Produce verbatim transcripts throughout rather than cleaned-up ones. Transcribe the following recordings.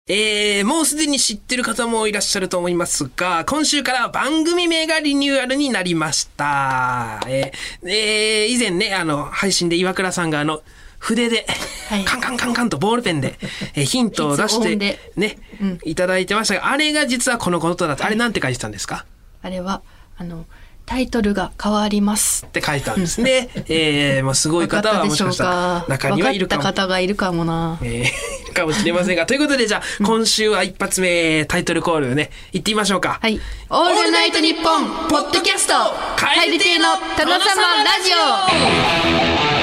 えー、もうすでに知ってる方もいらっしゃると思いますが、今週から番組名がリニューアルになりました。えーえー、以前ね、あの、配信で岩倉さんがあの、筆で、はい、カンカンカンカンとボールペンで、えー、ヒントを出してね、うん、いただいてましたが、あれが実はこのことだった。あれなんて書いてたんですか？ あれは、あの、タイトルが変わりますって書いたんですね。えー、もうすごい方はもしかしたら中にはいるかも。 分かった方がいるかもな。 えー、いるかもしれませんが。ということでじゃあ、うん、今週は一発目タイトルコールね、行ってみましょうか。 はい。オールナイトニッポンポッドキャスト蛙亭の殿様ラジオ。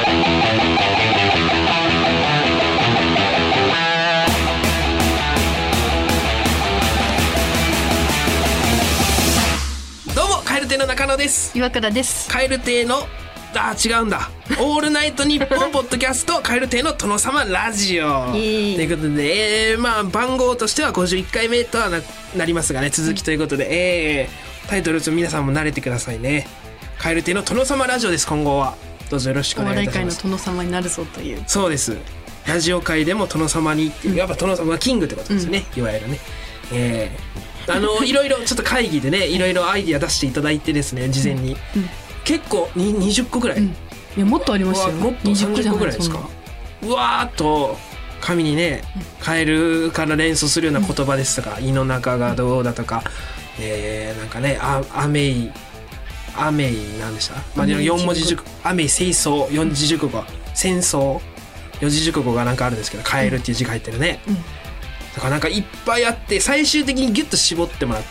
蛙亭の中野です。 岩倉です。 蛙亭のあ違うんだオールナイトニッポンポッドキャスト蛙亭の殿様ラジオということで、えー、まあ番号としてはごじゅういっかいめとは な, なりますがね、続きということで、うん、えー、タイトルと皆さんも慣れてくださいね。蛙亭の殿様ラジオです。今後はどうぞよろしくお願いいたします。お笑い界の殿様になるぞという。 そうです。ラジオ界でも殿様にっていう、やっぱ殿様はキングってことですね、うん、いわゆるね、えーあのいろいろちょっと会議でね、いろいろアイディア出していただいてですね、事前に、うんうん、結構ににじゅっこぐらい、うん、いやもっとありましたよ。 もっとさんじゅっこぐらいですか。うわーっと紙にね、カエルから連想するような言葉ですとか、うん、胃の中がどうだとか、えー、なんかね、あアメイアメイなんでした、まあ、よん文字熟語、アメイ清掃よん字熟語、戦争よん字熟語がなんかあるんですけど、カエルっていう字が入ってるね、うんうん、だからなんかいっぱいあって、最終的にギュッと絞ってもらって、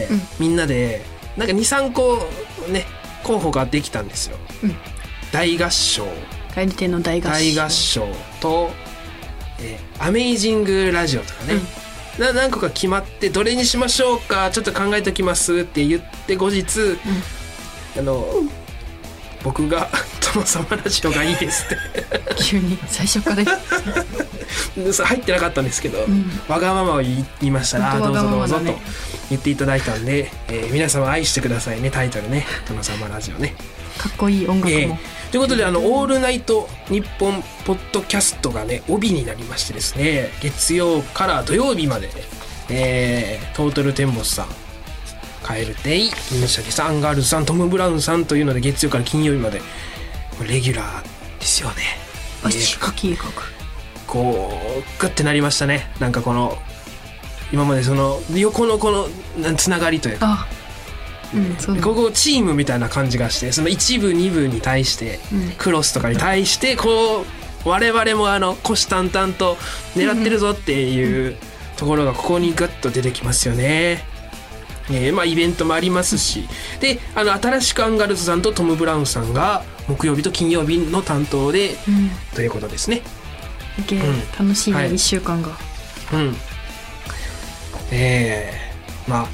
うん、みんなでなんか にさんこね候補ができたんですよ、うん、大合唱、 蛙亭の大合唱大合唱と、えー、アメイジングラジオとかね、うん、な何個か決まって、どれにしましょうかちょっと考えておきますって言って、後日、うん、あの僕が殿様ラジオがいいですって急に最初から入ってなかったんですけど、うん、わがままを言いましたら、ね、どうぞどうぞと言っていただいたんで、えー、皆様愛してくださいね、タイトルね、殿様ラジオね、 かっこいい音楽も、えー、 ということで、あのオールナイトニッポンポッドキャストがね帯になりましてですね、月曜から土曜日まで、えー、トートルテンボスさん、蛙亭、銀シャリさん、アンガールズさん、トム・ブラウンさんというので、月曜から金曜日までレギュラーですよね。 あ、仕掛け画こうグッてなりましたね。なんかこの今までその横のこのつながりというか、うん、そうここチームみたいな感じがして、その一部二部に対して、うん、クロスとかに対してこう我々もあの虎視眈々と狙ってるぞっていうところがここにグッと出てきますよね。えーまあ、イベントもありますし、であの新しくアンガールズさんとトム・ブラウンさんが木曜日と金曜日の担当で、うん、ということですね。 うん、楽しいね、いっしゅうかんが、 はい、うんえー、ま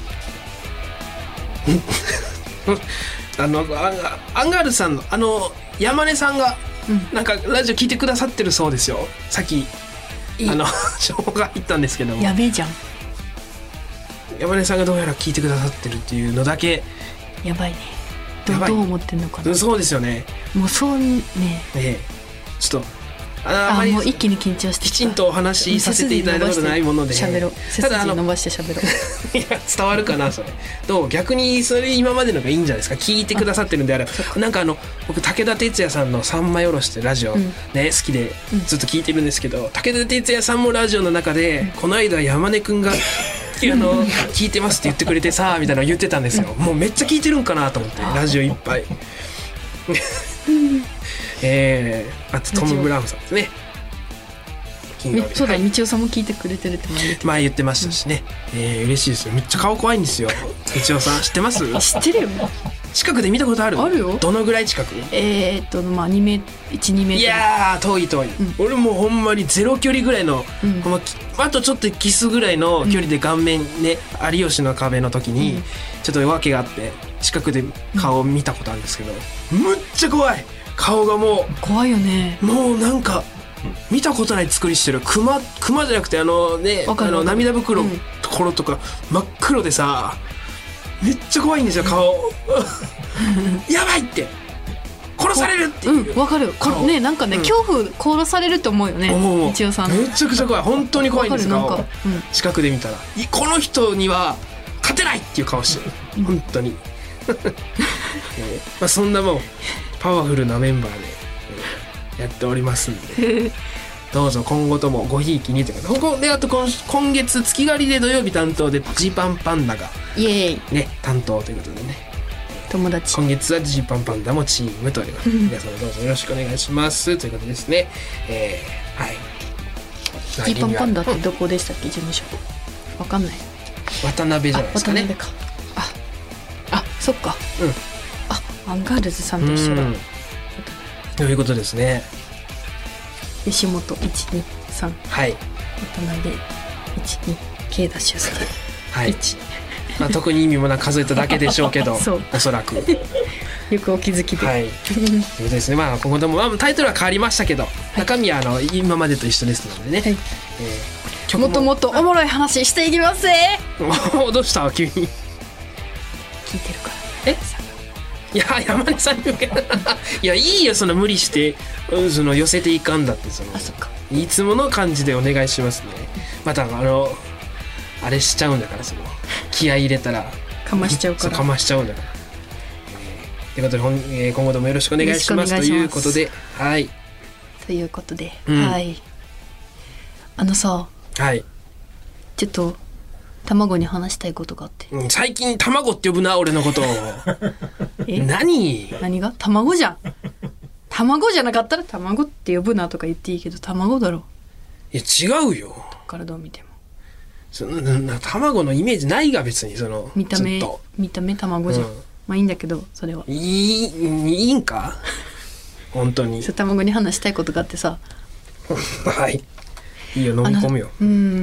ああのアンガールズさんのあの山根さんが、うん、なんかラジオ聞いてくださってるそうですよ。さっきあの情報が入ったんですけども、 やべえじゃん。 山根さんがどうやら聞いてくださってるっていうのだけやばいね。ど う, どう思ってんのかな。 そうですよね。 もうそうね、 ええ、ちょっとあ, あまりもう一気に緊張してきちんとお話しさせていただいたことないもので、 喋ろう、背筋伸ばして喋ろういや伝わるかなそれ。どう逆にそれ今までのがいいんじゃないですか。聞いてくださってるんであれば。なんかあの僕武田鉄矢さんの三枚おろしってラジオ、うんね、好きでずっと聞いてるんですけど、うん、武田鉄矢さんもラジオの中で、うん、この間山根くんがあの聞いてますって言ってくれてさみたいなの言ってたんですよ。もうめっちゃ聞いてるんかなと思ってラジオいっぱいえー、あとトム・ブラウンさんですね。 金曜日そうだ、みちおさんも聞いてくれてるって前言って、 前言ってましたしね、うん、えー、嬉しいですよ。めっちゃ顔怖いんですよみちおさん。知ってます？ 知ってるよ。 近くで見たことある？ あるよ。 どのぐらい近く？ えー、っとまあにメートル、いち、にメートル。 いやー遠い遠い、うん、俺もほんまにゼロ距離ぐらいの、うん、あとちょっとキスぐらいの距離で顔面ね、うん、有吉の壁の時に、うん、ちょっと訳があって近くで顔を見たことあるんですけど、うん、むっちゃ怖い。顔がもう怖いよね。 もうなんか見たことない作りしてる。クマ、クマじゃなくてあのね、あの涙袋のところとか真っ黒でさ、めっちゃ怖いんですよ顔やばいって殺殺されるっていう。 うん、わかる。これね、なんかね、うん、恐怖殺されるって思うよね。みちおさん。 めちゃくちゃ怖い。本当に怖いんですが、うん、近くで見たら、この人には勝てないっていう顔してる。うん、本当に。えーまあ、そんなもんパワフルなメンバーで、えー、やっておりますんで。どうぞ今後ともごひいきにというか、ここであと 今, 今月月替わりで土曜日担当でジーパンパンダがイエーイ、 ね、担当ということでね、 友達今月はジーパンパンダもチームということで皆さんどうぞよろしくお願いしますということですね、えー、はい。 ジーパンパンダってどこでしたっけ、事務所。わかんない。 渡辺じゃないですかね。 渡辺か。ああ、そっか、 うん、 あ、アンガールズさんと一緒だということですね。 吉本いちにさん、 はい、 渡辺いちに K ダッシュスケ、 はい、まあ、特に意味もなく数えただけでしょうけどおそらくよくお気づきで、 はい、ということですね。まあ今後とも、まあ、タイトルは変わりましたけど、はい、中身はあの今までと一緒ですのでね、はい、 えー、もっともっとおもろい話していきますね。 どうした急に。聞いてるから。 えいや山根さんに向けいやいいよ、その無理してその寄せていかんだって、そのあ、そっか、 いつもの感じでお願いしますね。またあのあれしちゃうんだから、その気合い入れたらかましちゃうからかましちゃうんだから、えー、ということで、ほん、えー、今後ともよろしくお願いしますということで、はいということで、 うん、 はい、あのさ、 はい、 ちょっと卵に話したいことがあって、 うん、最近卵って呼ぶな俺のことをえ何何が卵じゃん。卵じゃなかったら卵って呼ぶなとか言っていいけど、卵だろ。 いや違うよ、どっからどう見てもその卵のイメージないが、別にその見た目見た目卵じゃん、うん、まあいいんだけど、それはいい、いいんか本当に。 そう、卵に話したいことがあってさはいいいよ、飲み込むよ。 うん、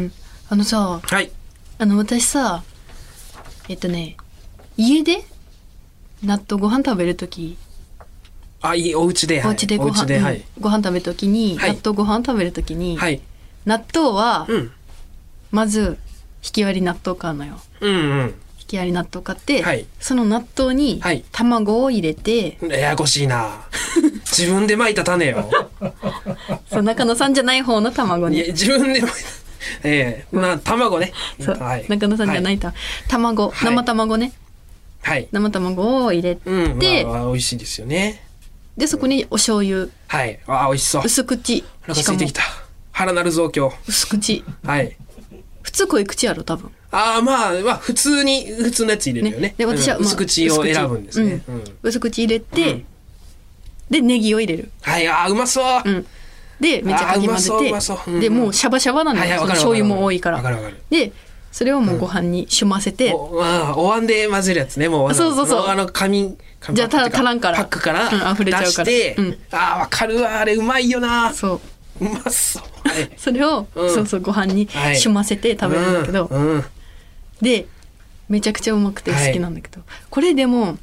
あのさ、 はい、 あの私さ、えっとね家で納豆ご飯食べるとき、 あ、いい、お家で、 お家でご飯、 はい、 ご飯食べるときに、はい、納豆ご飯食べるときに、はい、納豆は、うん、まずひき割り納豆買うのよ、 うんうん、 ひき割り納豆買って、はい、その納豆に卵を入れて、 はい、ややこしいな自分で巻いた種よそう、中野さんじゃない方の卵に、 いや自分で巻いたええー、まあ卵ね、 そう、はい、中野さんじゃないた、はい、卵、生卵ね、 はい、 生卵を入れて、うん、 まあ、美味しいですよね。 でそこにお醤油、 はい、あ、美味しそう。 薄口、 腹が空いてきた。腹なるぞ今日。 薄口、 はい。 普通濃い口やろ多分。 ああ、まあまあ普通に普通のやつ入れるよね。ね、で私は、うん、薄口を選ぶんですね。 うんうん、薄口入れて、うん、でネギを入れる。 はい、あーうまそう。 うん、でめっちゃかき混ぜて、うん、でもうシャバシャバなのよ、はいはい、醤油も多いから。 わかるわかる。 でそれをもうご飯にしゅませて、 うん、お, あお椀で混ぜるやつね。もうそうそうそう、 あの紙じゃあた足らんからパックからうん、溢れちゃうから出して、うん、あーわかるわ、あれうまいよな。 そううまそう、はい、 それを、うん、そうそうご飯にしゅませて食べるんだけど、はい、うんうん、でめちゃくちゃうまくて好きなんだけど、はい、これでも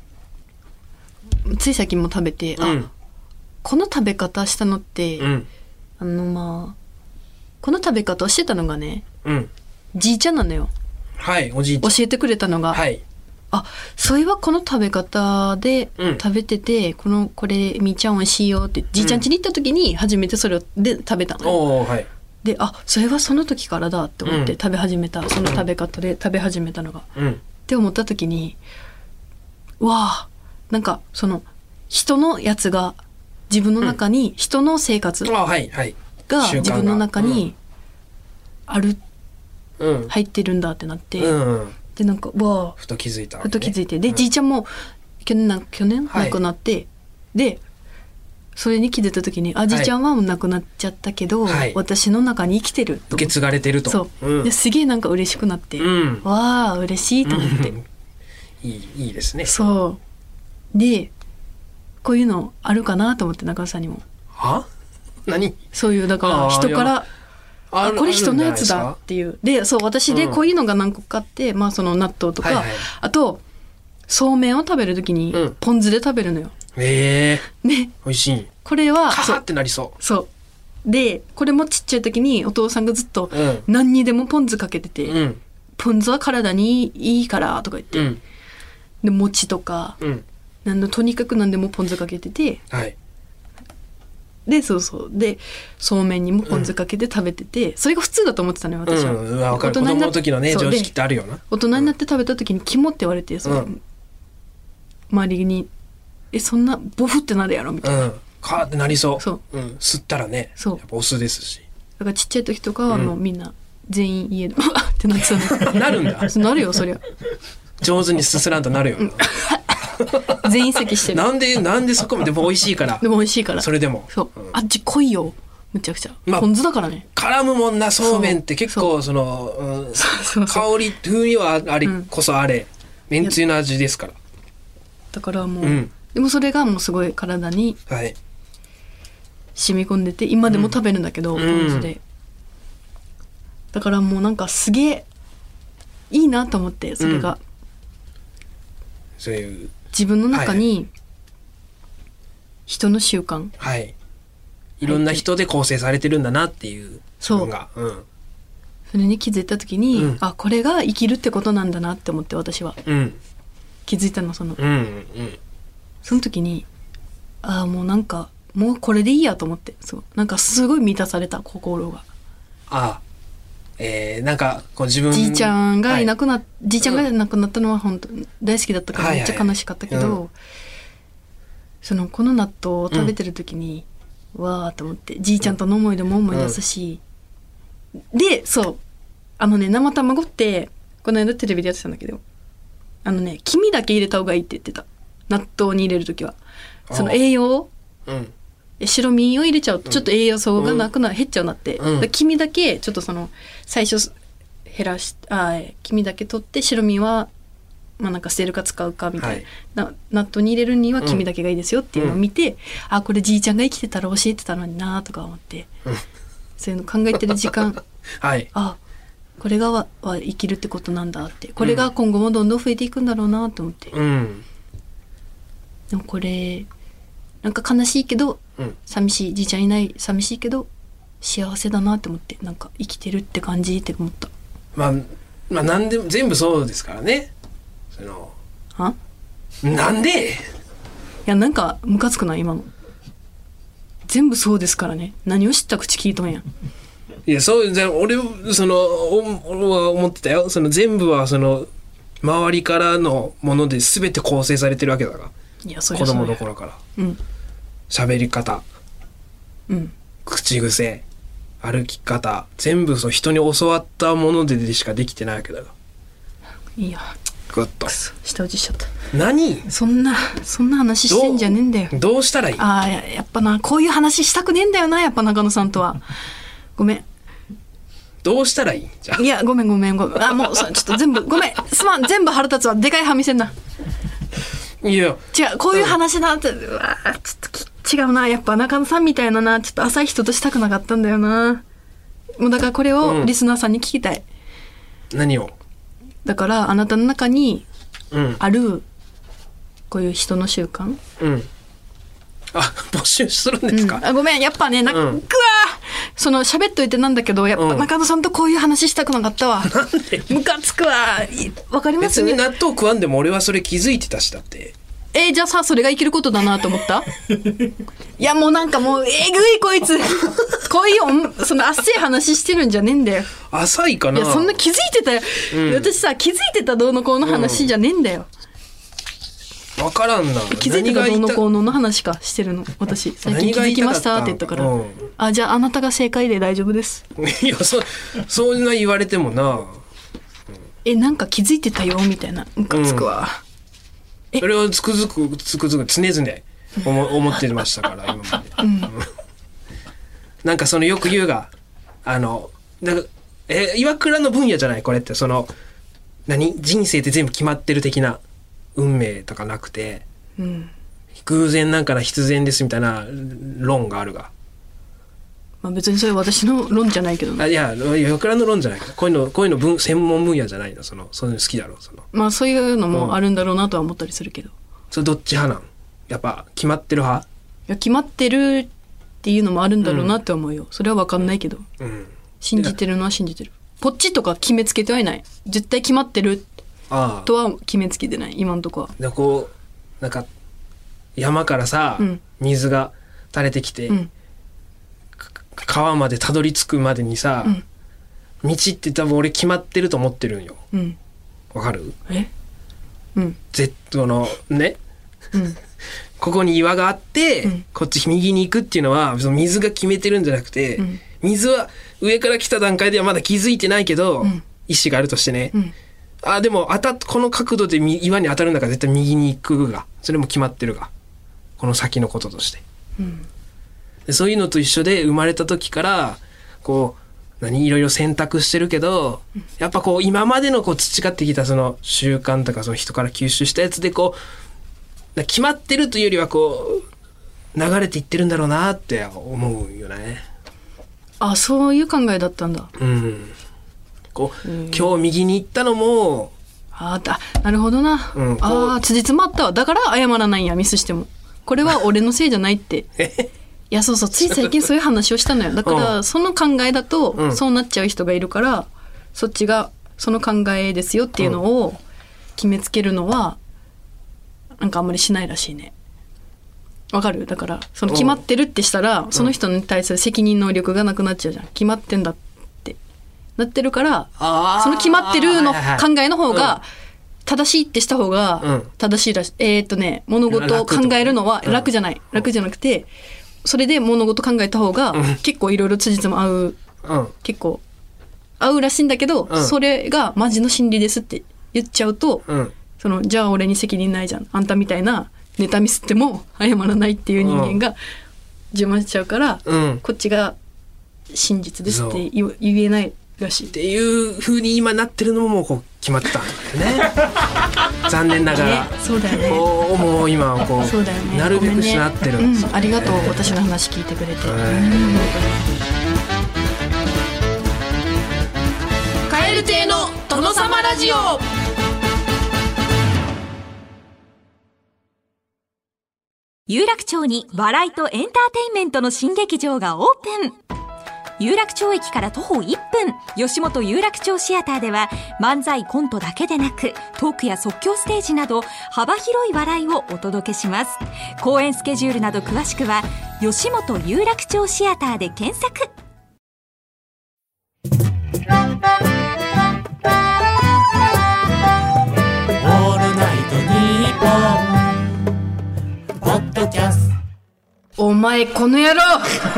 つい最近も食べて、うん、あこの食べ方したのって、うん、あのまあこの食べ方をしてたのがね、うん、じいちゃんなのよ。 はい、おじいちゃん教えてくれたのが、はい、あそういえばこの食べ方で食べてて、うん、このこれみーちゃんおいしいよってじいちゃん家に行った時に初めてそれで食べたのよ、 うん、はい、 であそれはその時からだって思って食べ始めた、うん、その食べ方で食べ始めたのが、うん、って思った時にうわあなんかその人のやつが自分の中に、うん、人の生活が自分の中にある、うん、入ってるんだってなって、うん、でなんかわあふと気づいた、ね、 ふと気づいてで、うん、じいちゃんも去年な去年亡くなって、はい、でそれに気づいた時にあじいちゃんはもう亡くなっちゃったけど、はい、私の中に生きてる受け継がれてるとそう、うん、ですげえなんか嬉しくなって、うん、わあ嬉しいと思って、うん、 いい、いいですね。 そうでこういうのあるかなと思って中野さんにもは何そういうだから人からあこれ人のやつだっていうでそう私でこういうのが何個かあって、うん、まあその納豆とか、はいはい、あとそうめんを食べるときにポン酢で食べるのよ、 うん、へえね美味しい。 これはカーってなりそうそうでこれもちっちゃい時にお父さんがずっと何にでもポン酢かけてて、うん、ポン酢は体にいいからとか言って、うん、で餅とか、うんなんのとにかく何でもポン酢かけてて、 はい、 でそうそうでそうめんにもポン酢かけて食べてて、うん、それが普通だと思ってたね私は、 うん、分かる。子供の時のね常識ってあるよな。 大人になって食べた時にキモって言われて、その、うん、周りにえそんなボフってなるやろみたいな、うん、 カーってなりそう。 そう、 うん、吸ったらね、そうやっぱお酢ですし、 だからちっちゃい時とかはもうみんな全員家でうわってなってたのなるんだ。 なるよそりゃ上手にすすらんとなるよ、うん、 全員席してる。 なんでなんでそこまでも美味しいから。 でも美味しいから。 それでもそう、うん、あっち濃いよむちゃくちゃ、まあ、ポン酢だからね。 絡むもんなそうめんって結構その、うん、そうそうそう香り風味はあれこそあれ、うん、めんつゆの味ですから。 だからもう、うん、でもそれがもうすごい体に染み込んでて今でも食べるんだけど、うん、ポン酢で、だからもうなんかすげえいいなと思ってそれが、うん、 そういう自分の中に人の習慣、 はい、いろんな人で構成されてるんだなっていう自分が、そう、うん、 それに気づいた時に、うん、あこれが生きるってことなんだなって思って私は、うん、気づいたのその、うんうん、その時にあもうなんかもうこれでいいやと思って、そうなんかすごい満たされた心が。 あえー、なんかこう自分じいちゃんがいなくな、はい、じいちゃんがいなくなったのは本当大好きだったからめっちゃ悲しかったけど、はいはいうん、そのこの納豆を食べてる時に、うん、わーと思ってじいちゃんとの思い出も思い出すし、うん、でそうあのね生卵ってこの間テレビでやってたんだけどあのね黄身だけ入れた方がいいって言ってた。納豆に入れる時はその栄養、うん白身を入れちゃうとちょっと栄養素がなくな、うん、減っちゃうなって、うん、だ黄身だけちょっとその最初減らしあ黄身だけ取って白身はまあなんか捨てるか使うかみたいな、はい、な納豆に入れるには黄身だけがいいですよっていうのを見て、うん、あこれじいちゃんが生きてたら教えてたのになとか思って、うん、そういうの考えてる時間はいあこれがはは生きるってことなんだってこれが今後もどんどん増えていくんだろうなと思って、うん、でもこれなんか悲しいけど、うん、寂しいじいちゃんいない寂しいけど幸せだなって思ってなんか生きてるって感じって思った。 まあまあ何でも全部そうですからね。そのはなんでいやなんかムカつくない今の全部そうですからね。何を知った口聞いとんやん。 いやそうじゃ俺その俺は思ってたよ。その全部はその周りからのもので全て構成されてるわけだから。いやそりゃそうや子供の頃から。うん喋り方、うん、口癖歩き方全部そう人に教わったものででしかできてないわけだがいやグッと舌打ちしちゃった。 何そんなそんな話してんじゃねえんだよ。 どう、どうしたらいい。 あややっぱなこういう話したくねえんだよなやっぱ中野さんとはごめんどうしたらいいじゃあいやごめんごめんごめんあもうちょっと全部ごめんすまん全部腹立つわでかい歯見せんな。 いや違うこういう話だって、うん、うわちょっと違うなやっぱ中野さんみたいななちょっと浅い人としたくなかったんだよな。もうだからこれをリスナーさんに聞きたい、 うん、何をだからあなたの中にあるこういう人の習慣、うん、 あ募集するんですか、 うん、あごめんやっぱねな、うん、ぐわその喋っといてなんだけどやっぱ中野さんとこういう話したくなかったわ、うん、なんでムカつくわわかります。 別に納豆食わんでも俺はそれ気づいてたしだってえー、じゃあさそれが生きることだなと思ったいやもうなんかもうえぐいこいつこういうその浅い話してるんじゃねえんだよ。 浅いかな。 いやそんな気づいてたよ、うん、私さ気づいてたどうのこうの話じゃねえんだよ、 うん、分からんな。 気づいてたどうのこうのの話かしてるの私最近気づきましたって言ったから、うん、あじゃああなたが正解で大丈夫ですいや そ, そんな言われてもな、うん、 えなんか気づいてたよみたいなムカつくわ、 うん、それをつくづくつくづく常々思, 思ってましたから今まで、うん、なんかそのよく言うがあのなんかえ岩倉の分野じゃないこれってその何人生って全部決まってる的な運命とかなくて、うん、偶然なんかな必然ですみたいな論があるが、 まあ、別にそれ私の論じゃないけどね。 あいや岩倉の論じゃないけどこういうのこういうの分専門分野じゃないのそのそういうの好きだろうそのまあそういうのもあるんだろうなとは思ったりするけど、うん、 それどっち派なんやっぱ決まってる派。いや決まってるっていうのもあるんだろうなって思うよ、うん、それは分かんないけど、うん、信じてるのは信じてる。こっちとか決めつけてはいない。絶対決まってるとは決めつけてない今のとこは。 でこうなんか山からさ、うん、水が垂れてきて、うん、川までたどり着くまでにさ、うん、道って多分俺決まってると思ってるんよ。わ、うん、かる？ え？うん。 Z のね、 うん、 ここに岩があって、うん、こっち右に行くっていうのはその水が決めてるんじゃなくて、うん、水は上から来た段階ではまだ気づいてないけど、うん、意志があるとしてね、うん、あでも当たこの角度で岩に当たるんだから絶対右に行くがそれも決まってるがこの先のこととして、 うん、 でそういうのと一緒で生まれた時からこう何いろいろ選択してるけど、うん、やっぱこう今までのこう培ってきたその習慣とかその人から吸収したやつでこう決まってるというよりはこう流れていってるんだろうなって思うよね。 あ、そういう考えだったんだ。 うん。こう、うん、今日右に行ったのもあだなるほどな、うん、あ辻詰まったわだから謝らないんやミスしてもこれは俺のせいじゃないっていやそうそうつい最近そういう話をしたのよだから、うん、その考えだと、うん、そうなっちゃう人がいるからそっちがその考えですよっていうのを決めつけるのはなんかあんまりしないらしいね。わかる？だからその決まってるってしたら、うん、その人に対する責任能力がなくなっちゃうじゃん。決まってんだってなってるからその決まってるの考えの方が正しいってした方が正しいらしい、うん、えー、っとね物事を考えるのは楽じゃない、うん、楽じゃなくてそれで物事考えた方が結構いろいろ辻褄合う、うん、結構合うらしいんだけど、うん、それがマジの真理ですって言っちゃうと、うん、そのじゃあ俺に責任ないじゃんあんたみたいなネタミスっても謝らないっていう人間が自慢しちゃうから、うん、こっちが真実ですって言えないらしいっていう風に今なってるのももうこう決まってたんだよね残念ながら、 ね、そうだよねこうもう今はこうそうだよ、ね、なるべくしなってるんですよ、ねうん、ありがとう私の話聞いてくれて、 カエル亭の殿様ラジオ。 有楽町に笑いとエンターテインメントの新劇場がオープン。有楽町駅から徒歩いっぷん、吉本有楽町シアターでは漫才コントだけでなくトークや即興ステージなど幅広い笑いをお届けします。公演スケジュールなど詳しくは吉本有楽町シアターで検索。 お前この野郎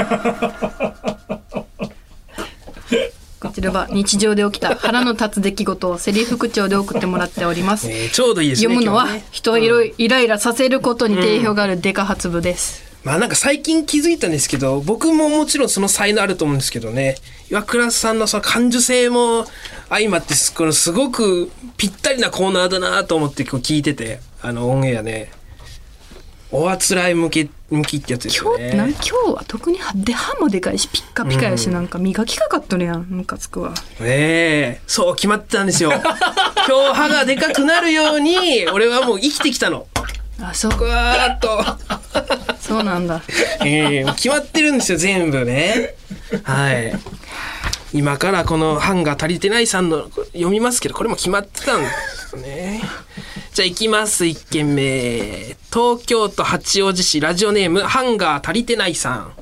こちらは日常で起きた腹の立つ出来事をセリフ口調で送ってもらっております、 えー、ちょうどいいですね。 読むのは人をイライラさせることに定評があるデカ発部です、 うん、まあなんか最近気づいたんですけど僕ももちろんその才能あると思うんですけどね岩倉さんのその感受性も相まってこのすごくぴったりなコーナーだなと思ってこう聞いててあのオンエアねおあつらい向き向きってやつですよね。 今日なん今日は特にで歯もでかいしピッカピカやし、うん、なんか磨きかかっとるやんムカつくわ。 ええー、そう決まってたんですよ今日歯がでかくなるように俺はもう生きてきたの。 あそうぐわーっとそうなんだ。 ええー、決まってるんですよ全部ね。はい今からこの版が足りてないさんの読みますけどこれも決まってたんですねじゃあ行きますいっけんめ東京都八王子市ラジオネームハンガー足りてないさん。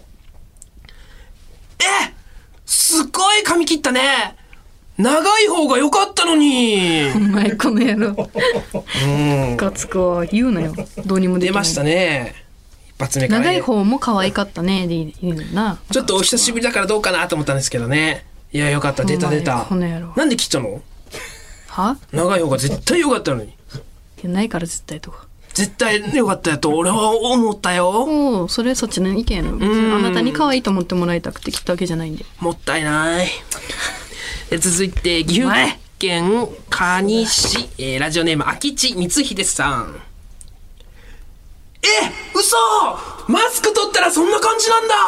えすっごい髪切ったね長い方が良かったのにお前この野郎ムカつくわ言うなよどうにもできない。 出ましたね一発目から、 長い方も可愛かったねでいいのな。 ちょっとお久しぶりだからどうかなと思ったんですけどね。いやよかった出た出た。なんで切ったのは長い方が絶対良かったのに。 いやないから絶対とか絶対良かったよと俺は思ったよ。 おおそれそっちの意見のあなたに可愛いと思ってもらいたくて切ったわけじゃないんでもったいない続いて岐阜県可児市、えー、ラジオネーム空地光秀さん。え嘘マスク取ったらそんな感じなんだ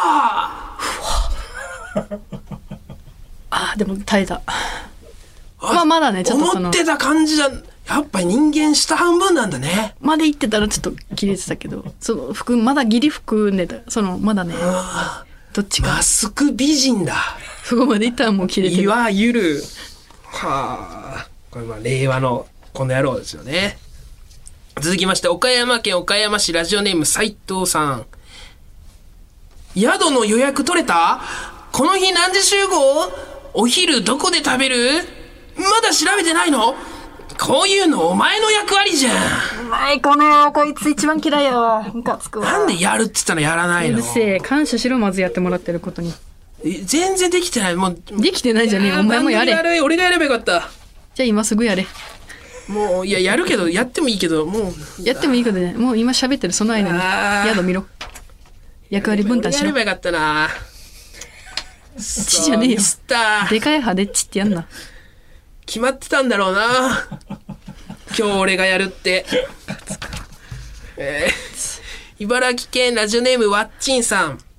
あでも耐えた。まあまだねちょっとその思ってた感じじゃやっぱり人間下半分なんだね。 まで言ってたらちょっと切れてたけどその服まだギリ服ねそのまだねどっちかマスク美人だそこまで言ったらもう切れてる。 いわゆるはあこれまあ令和のこの野郎ですよね。 続きまして、岡山県岡山市ラジオネーム斉藤さん。宿の予約取れた？この日何時集合？お昼どこで食べる？まだ調べてないの？こういうのお前の役割じゃん。 うまい子ね。こいつ一番嫌いやわ。ムカつくわ。 なんでやるって言ったらやらないの？ うるせえ。感謝しろ、まずやってもらってることに。 全然できてない。もうできてないじゃねえよ。お前もやれ。 やれ俺がやればよかった。 じゃあ今すぐやれ。 もういややるけどやってもいいけどもうやってもいいけどね。もう今喋ってるその間に宿見ろ。役割分担しろ。 やればよかったな。 ちじゃねえよ。でかい派でちってやんな。 決まってたんだろうな。今日俺がやるって。えー、茨城県ラジオネームわっちんさん。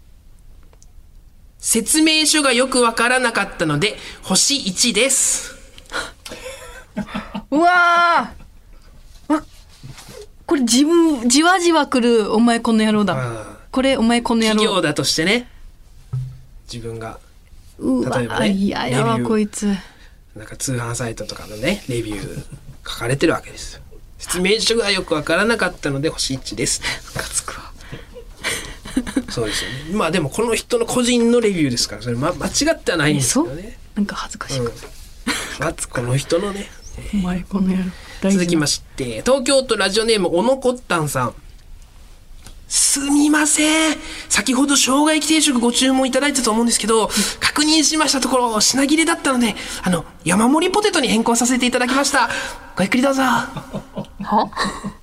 説明書がよくわからなかったので星いちです。 うわーわ、これ自分じわじわくるお前この野郎だ。これお前この野郎。 企業だとしてね、自分がうわ、例えばね、いややわこいつ。 なんか通販サイトとかのねレビュー書かれてるわけですよ。説明書がよくわからなかったので星いちです。 ムカつくわ。 そうですよね。まあでもこの人の個人のレビューですからそれ、ま、間違ってはないんですよね。 なんか恥ずかしくて、 うん、この人のね、 お前この野郎。 続きまして東京都ラジオネームおのこったんさん。すみません、先ほど生姜焼き定食ご注文いただいたと思うんですけど、確認しましたところ品切れだったのであの山盛りポテトに変更させていただきました。ごゆっくりどうぞ。は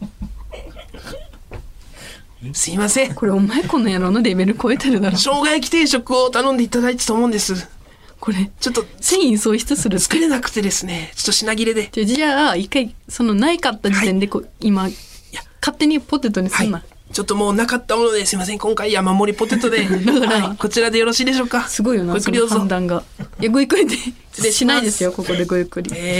すいません、 これお前この野郎のレベル超えてるだろ。 生姜焼き定食を頼んでいただいたと思うんです。 これちょっと繊維喪失する。 作れなくてですね、ちょっと品切れで。 じゃあ一回そのないかった時点でこう、はい、今勝手にポテトにすんな、はい、 ちょっともうなかったものですいません、今回山盛りポテトではい、こちらでよろしいでしょうか。 すごいよな、ごゆっくりどうぞ。その判断が。いやごゆっくりで失礼しないですよ、ここでごゆっくり。え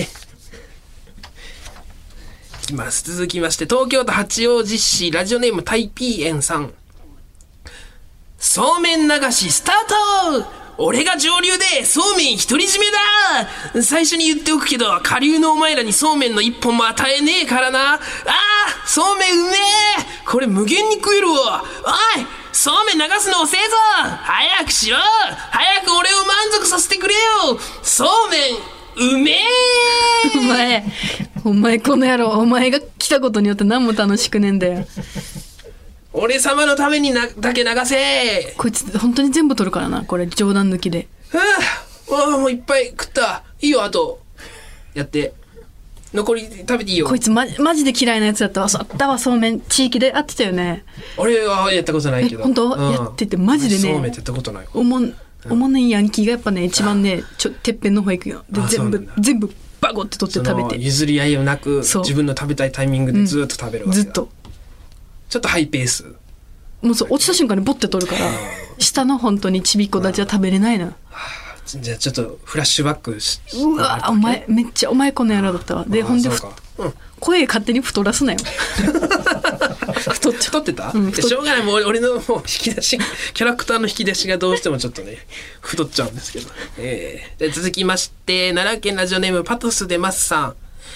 ー、いきます。続きまして東京都八王子市ラジオネームタイピーエンさん。そうめん流しスタート。俺が上流でそうめん独り占めだ。最初に言っておくけど下流のお前らにそうめんの一本も与えねえからな。あーそうめんうめえ、これ無限に食えるわ。おいそうめん流すの遅えぞ、早くしろ、早く俺を満足させてくれよ。そうめんうめえ。 お前お前この野郎、お前が来たことによって何も楽しくねえんだよ。 俺様のためになだけ流せ。 こいつ本当に全部取るからな、これ冗談抜きで。 はあ、あもういっぱい食った。いいよ、あとやって残り食べていいよ。 こいつマジ、マジで嫌いなやつだったわ。あったわ、そうめん地域で会ってたよね。 俺はやったことないけど。 本当、うん、やっててマジでね。 そうめんってやったことない。 おもん、おもんないヤンキーがやっぱね一番ねちょてっぺんの方行くよ。で全部全部バゴって取って食べて。 譲り合いをなく自分の食べたいタイミングでずっと食べるわけだ、うん、ずっと。ちょっとハイペース。 もうそう落ちた瞬間にボッて取るから下の本当にちびっこたちは食べれないの。 じゃあちょっとフラッシュバックし。 うわお前めっちゃお前この野郎だったわ。でほんで、うん、声勝手に太らすなよ。 太っちゃってた、うん、しょうがない。もう俺のもう引き出しキャラクターの引き出しがどうしてもちょっとね太っちゃうんですけど、えー、で続きまして奈良県ラジオネームパトスでマスさん。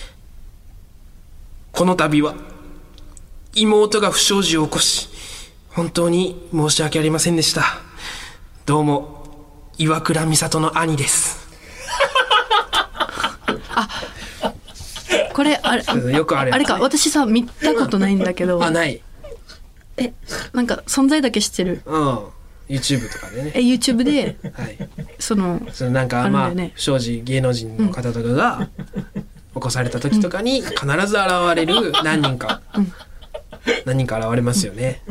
この度は妹が不祥事を起こし本当に申し訳ありませんでした。どうも岩倉美里の兄です。 あこれあれよくあれあれか、私さ見たことないんだけど。 あない。 えなんか存在だけ知ってる。 うん YouTube とかでね。 え YouTube で、 はい、 そのそのなんか、ね、まあ不祥事芸能人の方とかが起こされた時とかに必ず現れる何人か、うん、何人か現れますよね。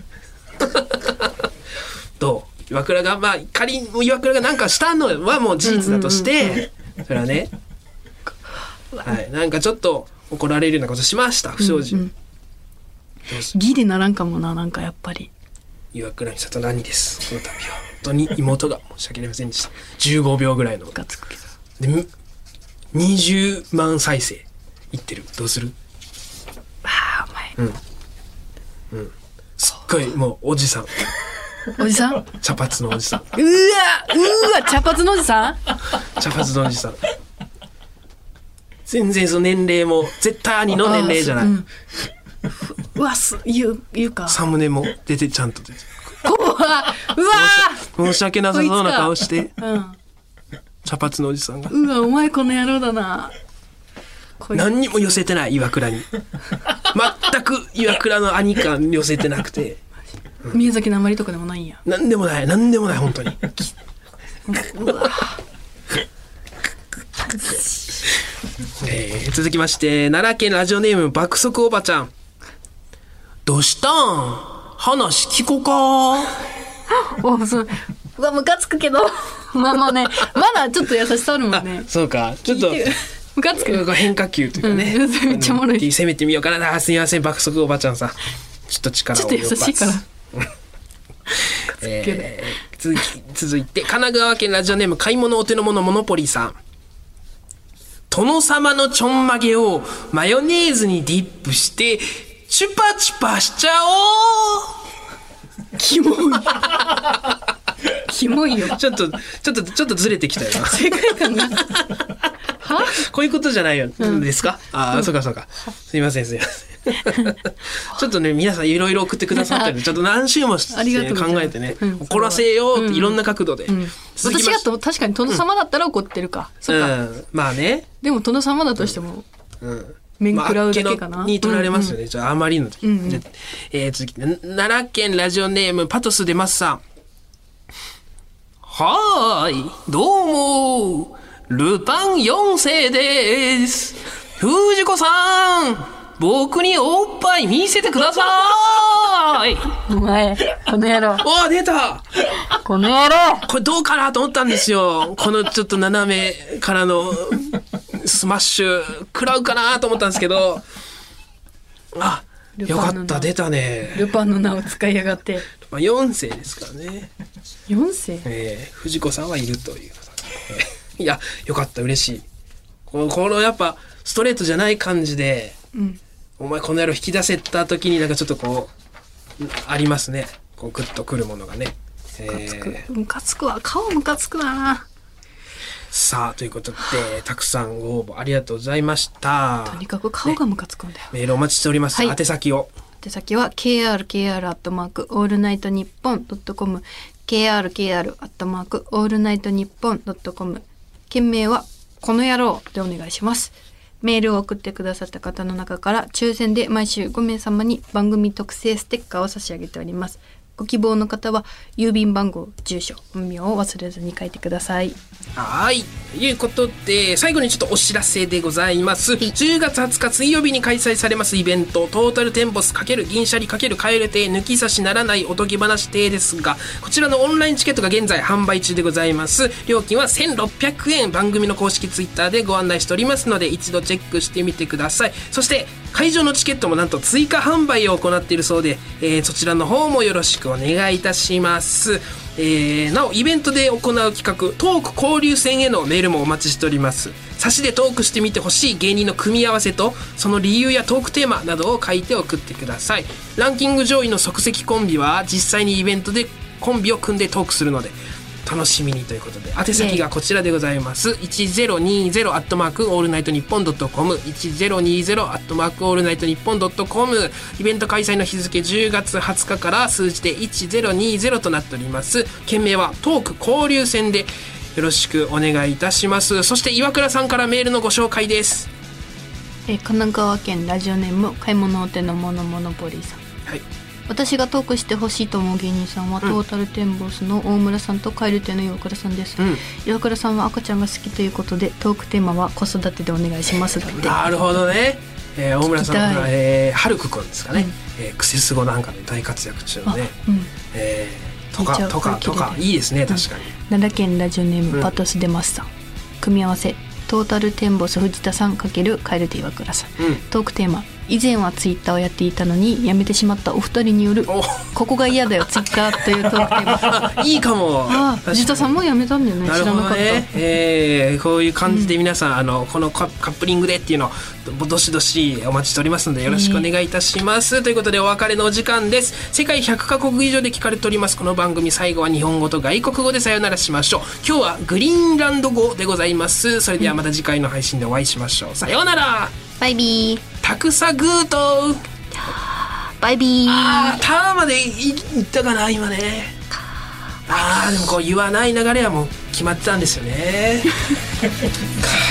どう岩倉がまあ仮に岩倉がなんかしたのはもう事実だとして、うんうんうんうん、それはね、はい、なんかちょっと怒られるようなことしました不祥事、うんうん、 ギリならんかもな。なんかやっぱり岩倉美里の兄です。この度は本当に妹が申し訳ありませんでした。じゅうごびょうぐらいのガツくけどでにじゅうまん再生いってる。どうする？ ああお前うんうんすっごいもうおじさんおじさん茶髪のおじさん。うわうわ茶髪のおじさん茶髪のおじさん全然その年齢も絶対兄の年齢じゃない、うん、 うわす言う言うかサムネも出てちゃんと出て怖うわ申し訳なさそうな顔して、 うん、 茶髪のおじさんがうわお前この野郎だな。 何にも寄せてない岩倉に全く岩倉の兄感寄せてなくて、 うん、宮崎なまりとかでもないんや。 何でもない何でもない本当にうわえー、続きまして奈良県ラジオネーム爆速おばちゃん。どうしたん話聞こかおそううわムカつくけどまあまあねまだちょっと優しさあるもんね。 そうかちょっとムカつく変化球というかね、うん、 めっちゃおもろい。 攻めてみようかな。あすみません爆速おばちゃんさちょっと力をちょっと優しいからえー、続き続いて神奈川県ラジオネーム買い物お手の物モノポリーさん。殿様のちょんまげをマヨネーズにディップしてチュパチュパしちゃおう。 キモいキモいよ。 ちょっとちょっとちょっとずれてきたよな世界観がはこういうことじゃないよ、うん、ですか。ああ、うん、そうかそうかすいませんすいませんちょっとね皆さんいろいろ送ってくださってるちょっと何週もして考えてね、うん、怒らせようっていろんな角度で、うんうん、 私がと確かに殿様だったら怒ってるか、うん、そうか、 うん、まあねでも殿様だとしても、うんうん面食らうだけかな、まあ、 に取られますよね、うんうん、じゃああまりの時、うんうん、えー、続き奈良県ラジオネームパトスデマスさん。はーいどうもルパンよん世です。藤子さん僕におっぱい見せてください。 お前この野郎お出たこの野郎これどうかなと思ったんですよ。このちょっと斜めからのスマッシュ食らうかなと思ったんですけど、あよかった出たね。 ルパンの名を使いやがって。 まあ、よん世ですからね。 よん世、 えー、藤子さんはいるということでいやよかった嬉しい。この、このやっぱストレートじゃない感じで、うん、お前この野郎引き出せた時になんかちょっとこうありますね。こうグッとくるものがね。 ムカつく、えー、ムカつくわ顔ムカつくな。 さあということでたくさんご応募ありがとうございました。 とにかく顔がムカつくんだよ、 ね、メールお待ちしております、はい、宛先を宛先は ケーアールケーアール アットマークオールナイトニッポンドットコム ケーアールケーアール アットマークオールナイトニッポンドットコム件名はこの野郎でお願いします。メールを送ってくださった方の中から抽選で毎週ご名様に番組特製ステッカーを差し上げております。ご希望の方は郵便番号住所本名を忘れずに書いてください。 はいということで最後にちょっとお知らせでございます。じゅうがつはつか水曜日に開催されますイベントトータルテンボス×銀シャリ×カエル亭抜き差しならないおとぎ話亭ですが、こちらのオンラインチケットが現在販売中でございます。料金はせんろっぴゃくえん番組の公式ツイッターでご案内しておりますので一度チェックしてみてください。そして会場のチケットもなんと追加販売を行っているそうで、えー、そちらの方もよろしくお願いいたします。えー、なおイベントで行う企画トーク交流戦へのメールもお待ちしております。差しでトークしてみてほしい芸人の組み合わせとその理由やトークテーマなどを書いて送ってください。ランキング上位の即席コンビは実際にイベントでコンビを組んでトークするので楽しみにということで宛先がこちらでございます。いちぜろにぜろアットマークオールナイトニッポンドットコム いちぜろにぜろアットマークオールナイトニッポンドットコムイベント開催の日付じゅうがつはつかから数字でいちぜろにぜろとなっております。件名はトーク交流戦でよろしくお願いいたします。そして岩倉さんからメールのご紹介です。 え神奈川県ラジオネーム買い物お手のモノモノポリーさん。はい私がトークしてほしいと思う芸人さんは、うん、トータルテンボスの大村さんとカエル亭の岩倉さんです、うん、岩倉さんは赤ちゃんが好きということでトークテーマは子育てでお願いしますだって。 なるほどね、えー、大村さんは、えー、はるくくんですかね、うんえー、クセスゴなんかで大活躍中のね、うんえー、とかとかとかいいですね確かに、うん、 奈良県ラジオネームパトスデマスさん、うん、組み合わせトータルテンボス藤田さん×カエル亭岩倉さん、うん、トークテーマ以前はツイッターをやっていたのにやめてしまったお二人によるここが嫌だよツイッターというトークテーマいいかも。 あ藤田さんもやめたんだよね。 なるほどね、 知らなかった、 えー、こういう感じで皆さん、うん、あのこのカップリングでっていうのをどしどしお待ちしておりますのでよろしくお願いいたします、えー、ということでお別れのお時間です。世界ひゃくカ国以上で聞かれておりますこの番組最後は日本語と外国語でさよならしましょう。今日はグリーンランド語でございます。それではまた次回の配信でお会いしましょう。さようなら。 バイビー。 タクサグートバイビー。 あーターまでいったかな今ね。あーでもこう言わない流れはもう決まってたんですよね。